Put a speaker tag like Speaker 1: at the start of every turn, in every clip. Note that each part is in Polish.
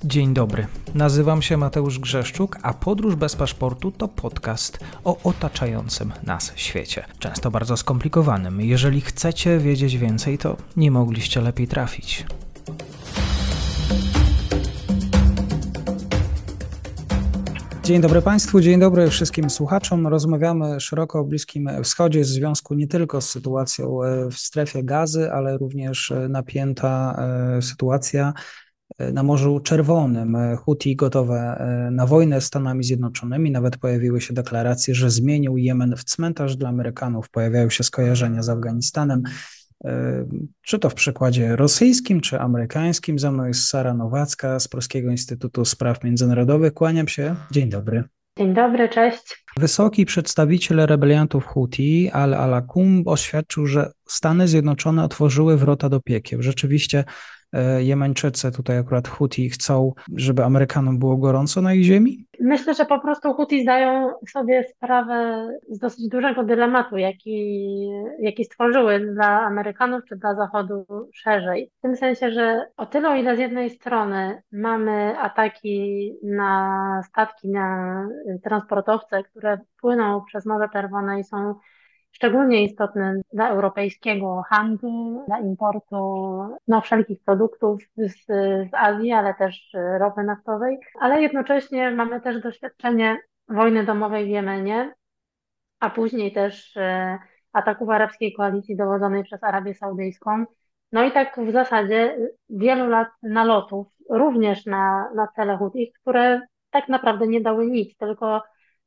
Speaker 1: Dzień dobry, nazywam się Mateusz Grzeszczuk, a Podróż bez paszportu to podcast o otaczającym nas świecie. Często bardzo skomplikowanym. Jeżeli chcecie wiedzieć więcej, to nie mogliście lepiej trafić. Dzień dobry Państwu, dzień dobry wszystkim słuchaczom. Rozmawiamy szeroko o Bliskim Wschodzie w związku nie tylko z sytuacją w strefie Gazy, ale również napięta sytuacja na Morzu Czerwonym. Huti gotowe na wojnę z Stanami Zjednoczonymi. Nawet pojawiły się deklaracje, że zmienił Jemen w cmentarz dla Amerykanów. Pojawiają się skojarzenia z Afganistanem. Czy to w przykładzie rosyjskim, czy amerykańskim. Ze mną jest Sara Nowacka z Polskiego Instytutu Spraw Międzynarodowych. Kłaniam się. Dzień dobry.
Speaker 2: Dzień dobry, cześć.
Speaker 1: Wysoki przedstawiciel rebeliantów Huti, Al-Alakum, oświadczył, że Stany Zjednoczone otworzyły wrota do piekieł. Rzeczywiście Jemeńczycy, tutaj akurat Huti, chcą, żeby Amerykanom było gorąco na ich ziemi?
Speaker 2: Myślę, że po prostu Huti zdają sobie sprawę z dosyć dużego dylematu, jaki stworzyły dla Amerykanów czy dla Zachodu szerzej. W tym sensie, że o tyle, o ile z jednej strony mamy ataki na statki, na transportowce, które płyną przez Morze Czerwone i są szczególnie istotny dla europejskiego handlu, dla importu wszelkich produktów z Azji, ale też ropy naftowej, ale jednocześnie mamy też doświadczenie wojny domowej w Jemenie, a później też ataków arabskiej koalicji dowodzonej przez Arabię Saudyjską. No i tak w zasadzie wielu lat nalotów, również na cele Hutich, które tak naprawdę nie dały nic, tylko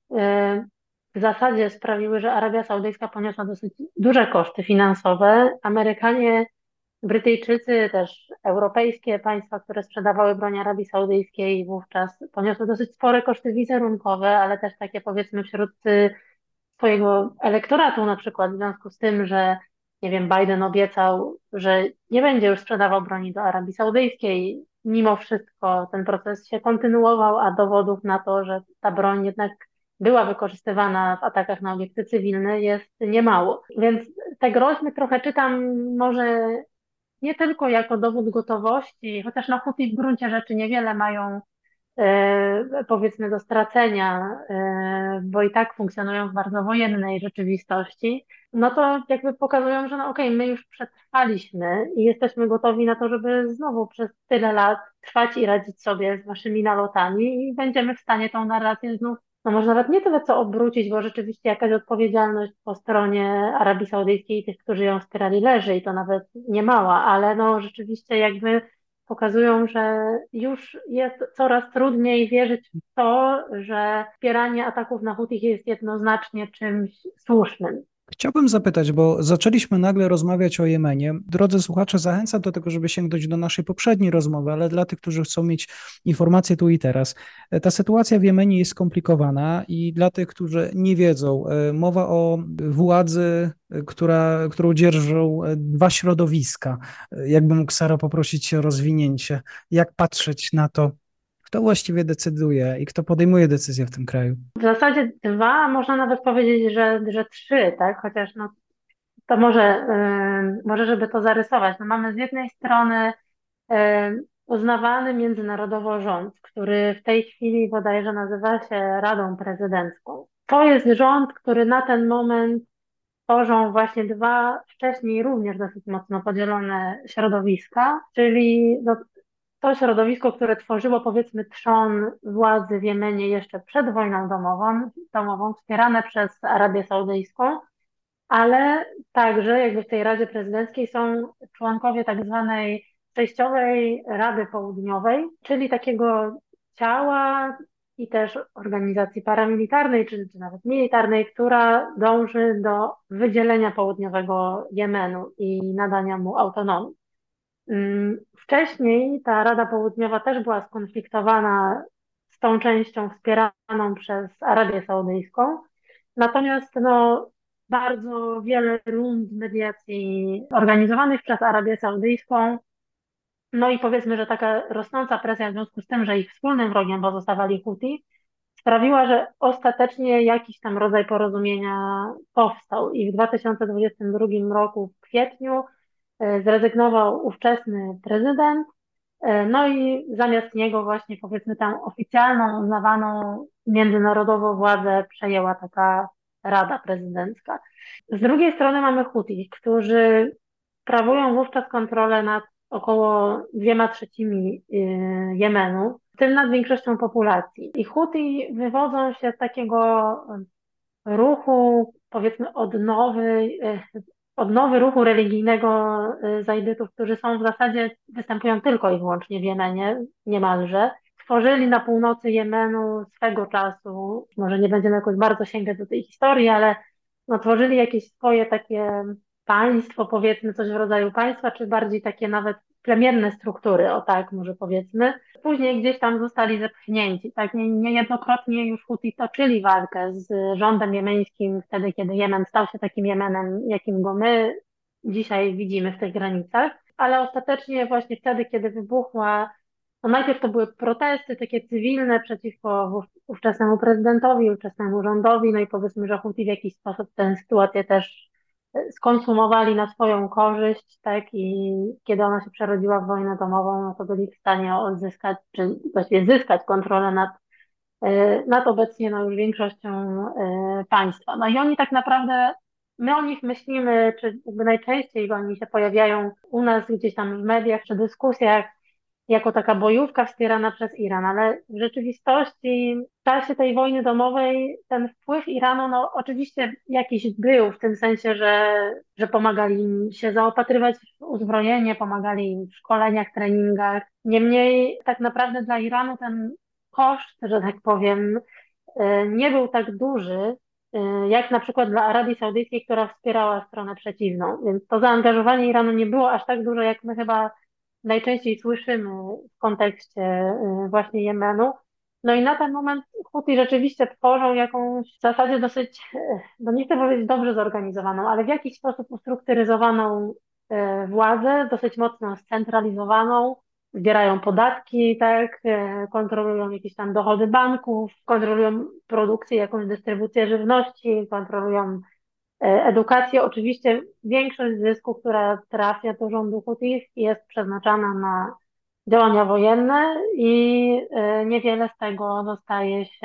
Speaker 2: w zasadzie sprawiły, że Arabia Saudyjska poniosła dosyć duże koszty finansowe. Amerykanie, Brytyjczycy, też europejskie państwa, które sprzedawały broń Arabii Saudyjskiej, wówczas poniosły dosyć spore koszty wizerunkowe, ale też takie powiedzmy wśród swojego elektoratu na przykład, w związku z tym, że nie wiem, Biden obiecał, że nie będzie już sprzedawał broni do Arabii Saudyjskiej. Mimo wszystko ten proces się kontynuował, a dowodów na to, że ta broń jednak była wykorzystywana w atakach na obiekty cywilne jest niemało. Więc te groźby trochę czytam może nie tylko jako dowód gotowości, chociaż na Huti w gruncie rzeczy niewiele mają powiedzmy do stracenia, bo i tak funkcjonują w bardzo wojennej rzeczywistości, no to jakby pokazują, że no okej, my już przetrwaliśmy i jesteśmy gotowi na to, żeby znowu przez tyle lat trwać i radzić sobie z waszymi nalotami i będziemy w stanie tą narrację znów, no może nawet nie tyle co obrócić, bo rzeczywiście jakaś odpowiedzialność po stronie Arabii Saudyjskiej i tych, którzy ją wspierali leży i to nawet nie mała, ale no rzeczywiście jakby pokazują, że już jest coraz trudniej wierzyć w to, że wspieranie ataków na Hutich jest jednoznacznie czymś słusznym.
Speaker 1: Chciałbym zapytać, bo zaczęliśmy nagle rozmawiać o Jemenie. Drodzy słuchacze, zachęcam do tego, żeby sięgnąć do naszej poprzedniej rozmowy, ale dla tych, którzy chcą mieć informacje tu i teraz. Ta sytuacja w Jemenie jest skomplikowana i dla tych, którzy nie wiedzą, mowa o władzy, którą dzierżą dwa środowiska. Jakbym mógł, Sara, poprosić Cię o rozwinięcie, jak patrzeć na to, kto właściwie decyduje i kto podejmuje decyzje w tym kraju?
Speaker 2: W zasadzie dwa, a można nawet powiedzieć, że trzy, tak? Chociaż no, to może żeby to zarysować. No, mamy z jednej strony uznawany międzynarodowo rząd, który w tej chwili bodajże nazywa się Radą Prezydencką. To jest rząd, który na ten moment tworzą właśnie dwa wcześniej również dosyć mocno podzielone środowiska, czyli no, to środowisko, które tworzyło powiedzmy trzon władzy w Jemenie jeszcze przed wojną domową, wspierane przez Arabię Saudyjską, ale także jakby w tej Radzie Prezydenckiej są członkowie tak zwanej przejściowej Rady Południowej, czyli takiego ciała i też organizacji paramilitarnej, czy nawet militarnej, która dąży do wydzielenia południowego Jemenu i nadania mu autonomii. Wcześniej ta Rada Południowa też była skonfliktowana z tą częścią wspieraną przez Arabię Saudyjską, natomiast no, bardzo wiele rund mediacji organizowanych przez Arabię Saudyjską, no i powiedzmy, że taka rosnąca presja w związku z tym, że ich wspólnym wrogiem pozostawali Huti, sprawiła, że ostatecznie jakiś tam rodzaj porozumienia powstał i w 2022 roku w kwietniu zrezygnował ówczesny prezydent No i zamiast niego właśnie powiedzmy tę oficjalną, uznawaną międzynarodowo władzę przejęła taka Rada Prezydencka. Z drugiej strony mamy Huti, którzy sprawują wówczas kontrolę nad około 2/3 Jemenu, w tym nad większością populacji. I Huti wywodzą się z takiego ruchu, powiedzmy odnowy ruchu religijnego zajdytów, którzy są w zasadzie, występują tylko i wyłącznie w Jemenie, niemalże. Tworzyli na północy Jemenu swego czasu, może nie będziemy jakoś bardzo sięgać do tej historii, ale no, tworzyli jakieś swoje takie państwo, powiedzmy coś w rodzaju państwa, czy bardziej takie nawet plemienne struktury, o tak może powiedzmy. Później gdzieś tam zostali zepchnięci. Tak, niejednokrotnie już Huti toczyli walkę z rządem jemeńskim wtedy, kiedy Jemen stał się takim Jemenem, jakim go my dzisiaj widzimy w tych granicach, ale ostatecznie właśnie wtedy, kiedy wybuchła, no najpierw to były protesty takie cywilne przeciwko ówczesnemu prezydentowi, ówczesnemu rządowi, no i powiedzmy, że Huti w jakiś sposób tę sytuację też skonsumowali na swoją korzyść, tak, i kiedy ona się przerodziła w wojnę domową, no to byli w stanie odzyskać, czy właściwie zyskać kontrolę nad obecnie no już większością państwa. No i oni tak naprawdę, my o nich myślimy, czy jakby najczęściej oni się pojawiają u nas gdzieś tam w mediach czy dyskusjach, jako taka bojówka wspierana przez Iran, ale w rzeczywistości w czasie tej wojny domowej ten wpływ Iranu, no oczywiście jakiś był, w tym sensie, że pomagali im się zaopatrywać w uzbrojenie, pomagali im w szkoleniach, treningach. Niemniej tak naprawdę dla Iranu ten koszt, że tak powiem, nie był tak duży, jak na przykład dla Arabii Saudyjskiej, która wspierała stronę przeciwną. Więc to zaangażowanie Iranu nie było aż tak duże, jak my chyba najczęściej słyszymy w kontekście właśnie Jemenu. No i na ten moment Huti rzeczywiście tworzą jakąś w zasadzie dosyć, no nie chcę powiedzieć dobrze zorganizowaną, ale w jakiś sposób ustrukturyzowaną władzę, dosyć mocno scentralizowaną. Zbierają podatki, tak, kontrolują jakieś tam dochody banków, kontrolują produkcję, jakąś dystrybucję żywności, kontrolują edukację. Oczywiście większość zysku, która trafia do rządu Hutich, jest przeznaczana na działania wojenne i niewiele z tego dostaje się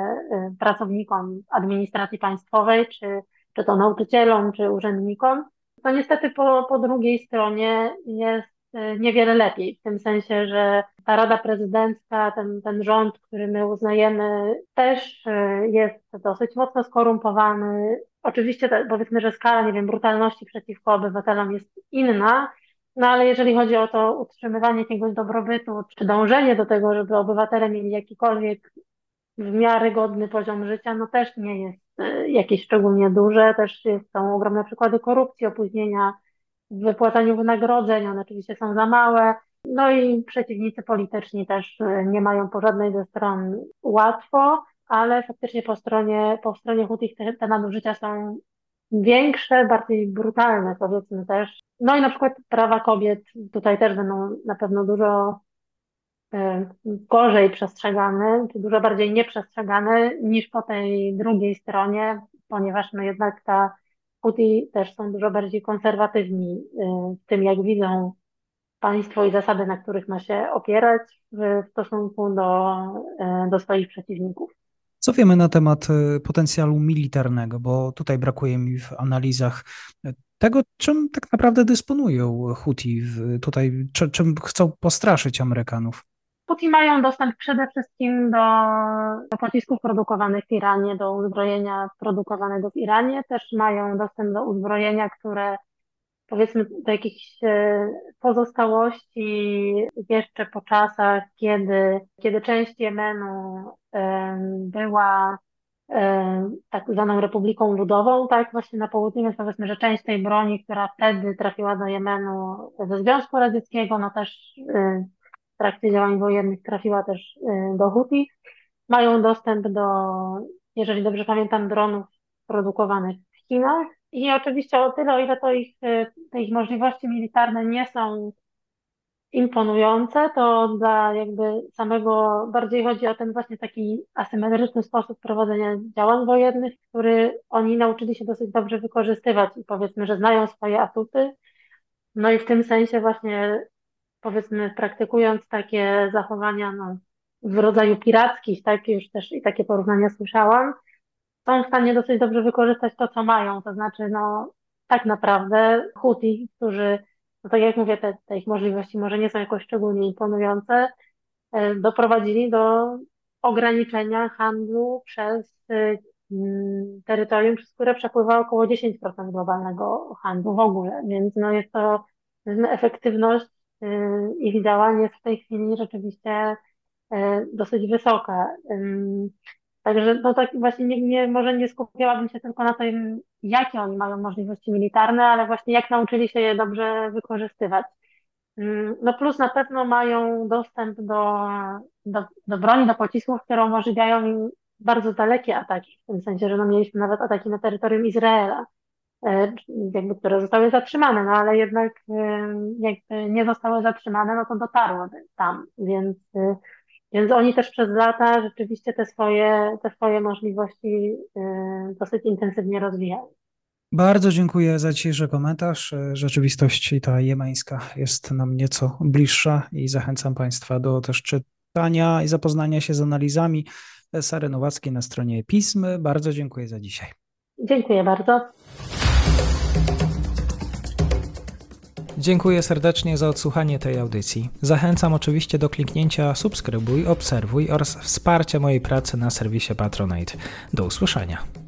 Speaker 2: pracownikom administracji państwowej, czy to nauczycielom, czy urzędnikom. To niestety po drugiej stronie jest niewiele lepiej, w tym sensie, że ta Rada Prezydencka, ten rząd, który my uznajemy, też jest dosyć mocno skorumpowany. Oczywiście powiedzmy, że skala, nie wiem, brutalności przeciwko obywatelom jest inna, no ale jeżeli chodzi o to utrzymywanie jakiegoś dobrobytu, czy dążenie do tego, żeby obywatele mieli jakikolwiek w miarę godny poziom życia, no też nie jest jakieś szczególnie duże. Też są ogromne przykłady korupcji, opóźnienia w wypłacaniu wynagrodzeń, one oczywiście są za małe. No i przeciwnicy polityczni też nie mają po żadnej ze stron łatwo, ale faktycznie po stronie Hutich te nadużycia są większe, bardziej brutalne, powiedzmy też. No i na przykład prawa kobiet tutaj też będą na pewno dużo gorzej przestrzegane, czy dużo bardziej nieprzestrzegane niż po tej drugiej stronie, ponieważ no jednak Huti też są dużo bardziej konserwatywni w tym, jak widzą państwo i zasady, na których ma się opierać w stosunku do swoich przeciwników.
Speaker 1: Co wiemy na temat potencjału militarnego, bo tutaj brakuje mi w analizach tego, czym tak naprawdę dysponują Huti, tutaj czym chcą postraszyć Amerykanów.
Speaker 2: Huti mają dostęp przede wszystkim do pocisków produkowanych w Iranie, do uzbrojenia produkowanego w Iranie. Też mają dostęp do uzbrojenia, które powiedzmy do jakichś pozostałości jeszcze po czasach, kiedy część Jemenu była tak zwaną Republiką Ludową, tak właśnie na południu, więc powiedzmy, że część tej broni, która wtedy trafiła do Jemenu ze Związku Radzieckiego, no też w trakcie działań wojennych trafiła też do Huti. Mają dostęp do, jeżeli dobrze pamiętam, dronów produkowanych w Chinach. I oczywiście o tyle, o ile te ich możliwości militarne nie są imponujące, to dla jakby samego bardziej chodzi o ten właśnie taki asymetryczny sposób prowadzenia działań wojennych, który oni nauczyli się dosyć dobrze wykorzystywać i powiedzmy, że znają swoje atuty. No i w tym sensie właśnie powiedzmy praktykując takie zachowania no, w rodzaju pirackich, tak, już też i takie porównania słyszałam, są w stanie dosyć dobrze wykorzystać to, co mają. To znaczy, no tak naprawdę Huti, którzy, no tak jak mówię, te ich możliwości może nie są jakoś szczególnie imponujące, doprowadzili do ograniczenia handlu przez terytorium, przez które przepływa około 10% globalnego handlu w ogóle. Więc no jest to efektywność ich działań jest w tej chwili rzeczywiście dosyć wysoka. Także no tak właśnie może nie skupiałabym się tylko na tym, jakie oni mają możliwości militarne, ale właśnie jak nauczyli się je dobrze wykorzystywać. No plus na pewno mają dostęp do broni, do pocisków, które umożliwiają im bardzo dalekie ataki, w tym sensie, że no mieliśmy nawet ataki na terytorium Izraela, jakby, które zostały zatrzymane, no ale jednak jakby nie zostały zatrzymane, no to dotarły tam, więc oni też przez lata rzeczywiście te swoje możliwości dosyć intensywnie rozwijają.
Speaker 1: Bardzo dziękuję za dzisiejszy komentarz. Rzeczywistość ta jemeńska jest nam nieco bliższa i zachęcam Państwa do też czytania i zapoznania się z analizami Sary Nowackiej na stronie Pism. Bardzo dziękuję za dzisiaj.
Speaker 2: Dziękuję bardzo.
Speaker 1: Dziękuję serdecznie za odsłuchanie tej audycji. Zachęcam oczywiście do kliknięcia subskrybuj, obserwuj oraz wsparcia mojej pracy na serwisie Patronite. Do usłyszenia.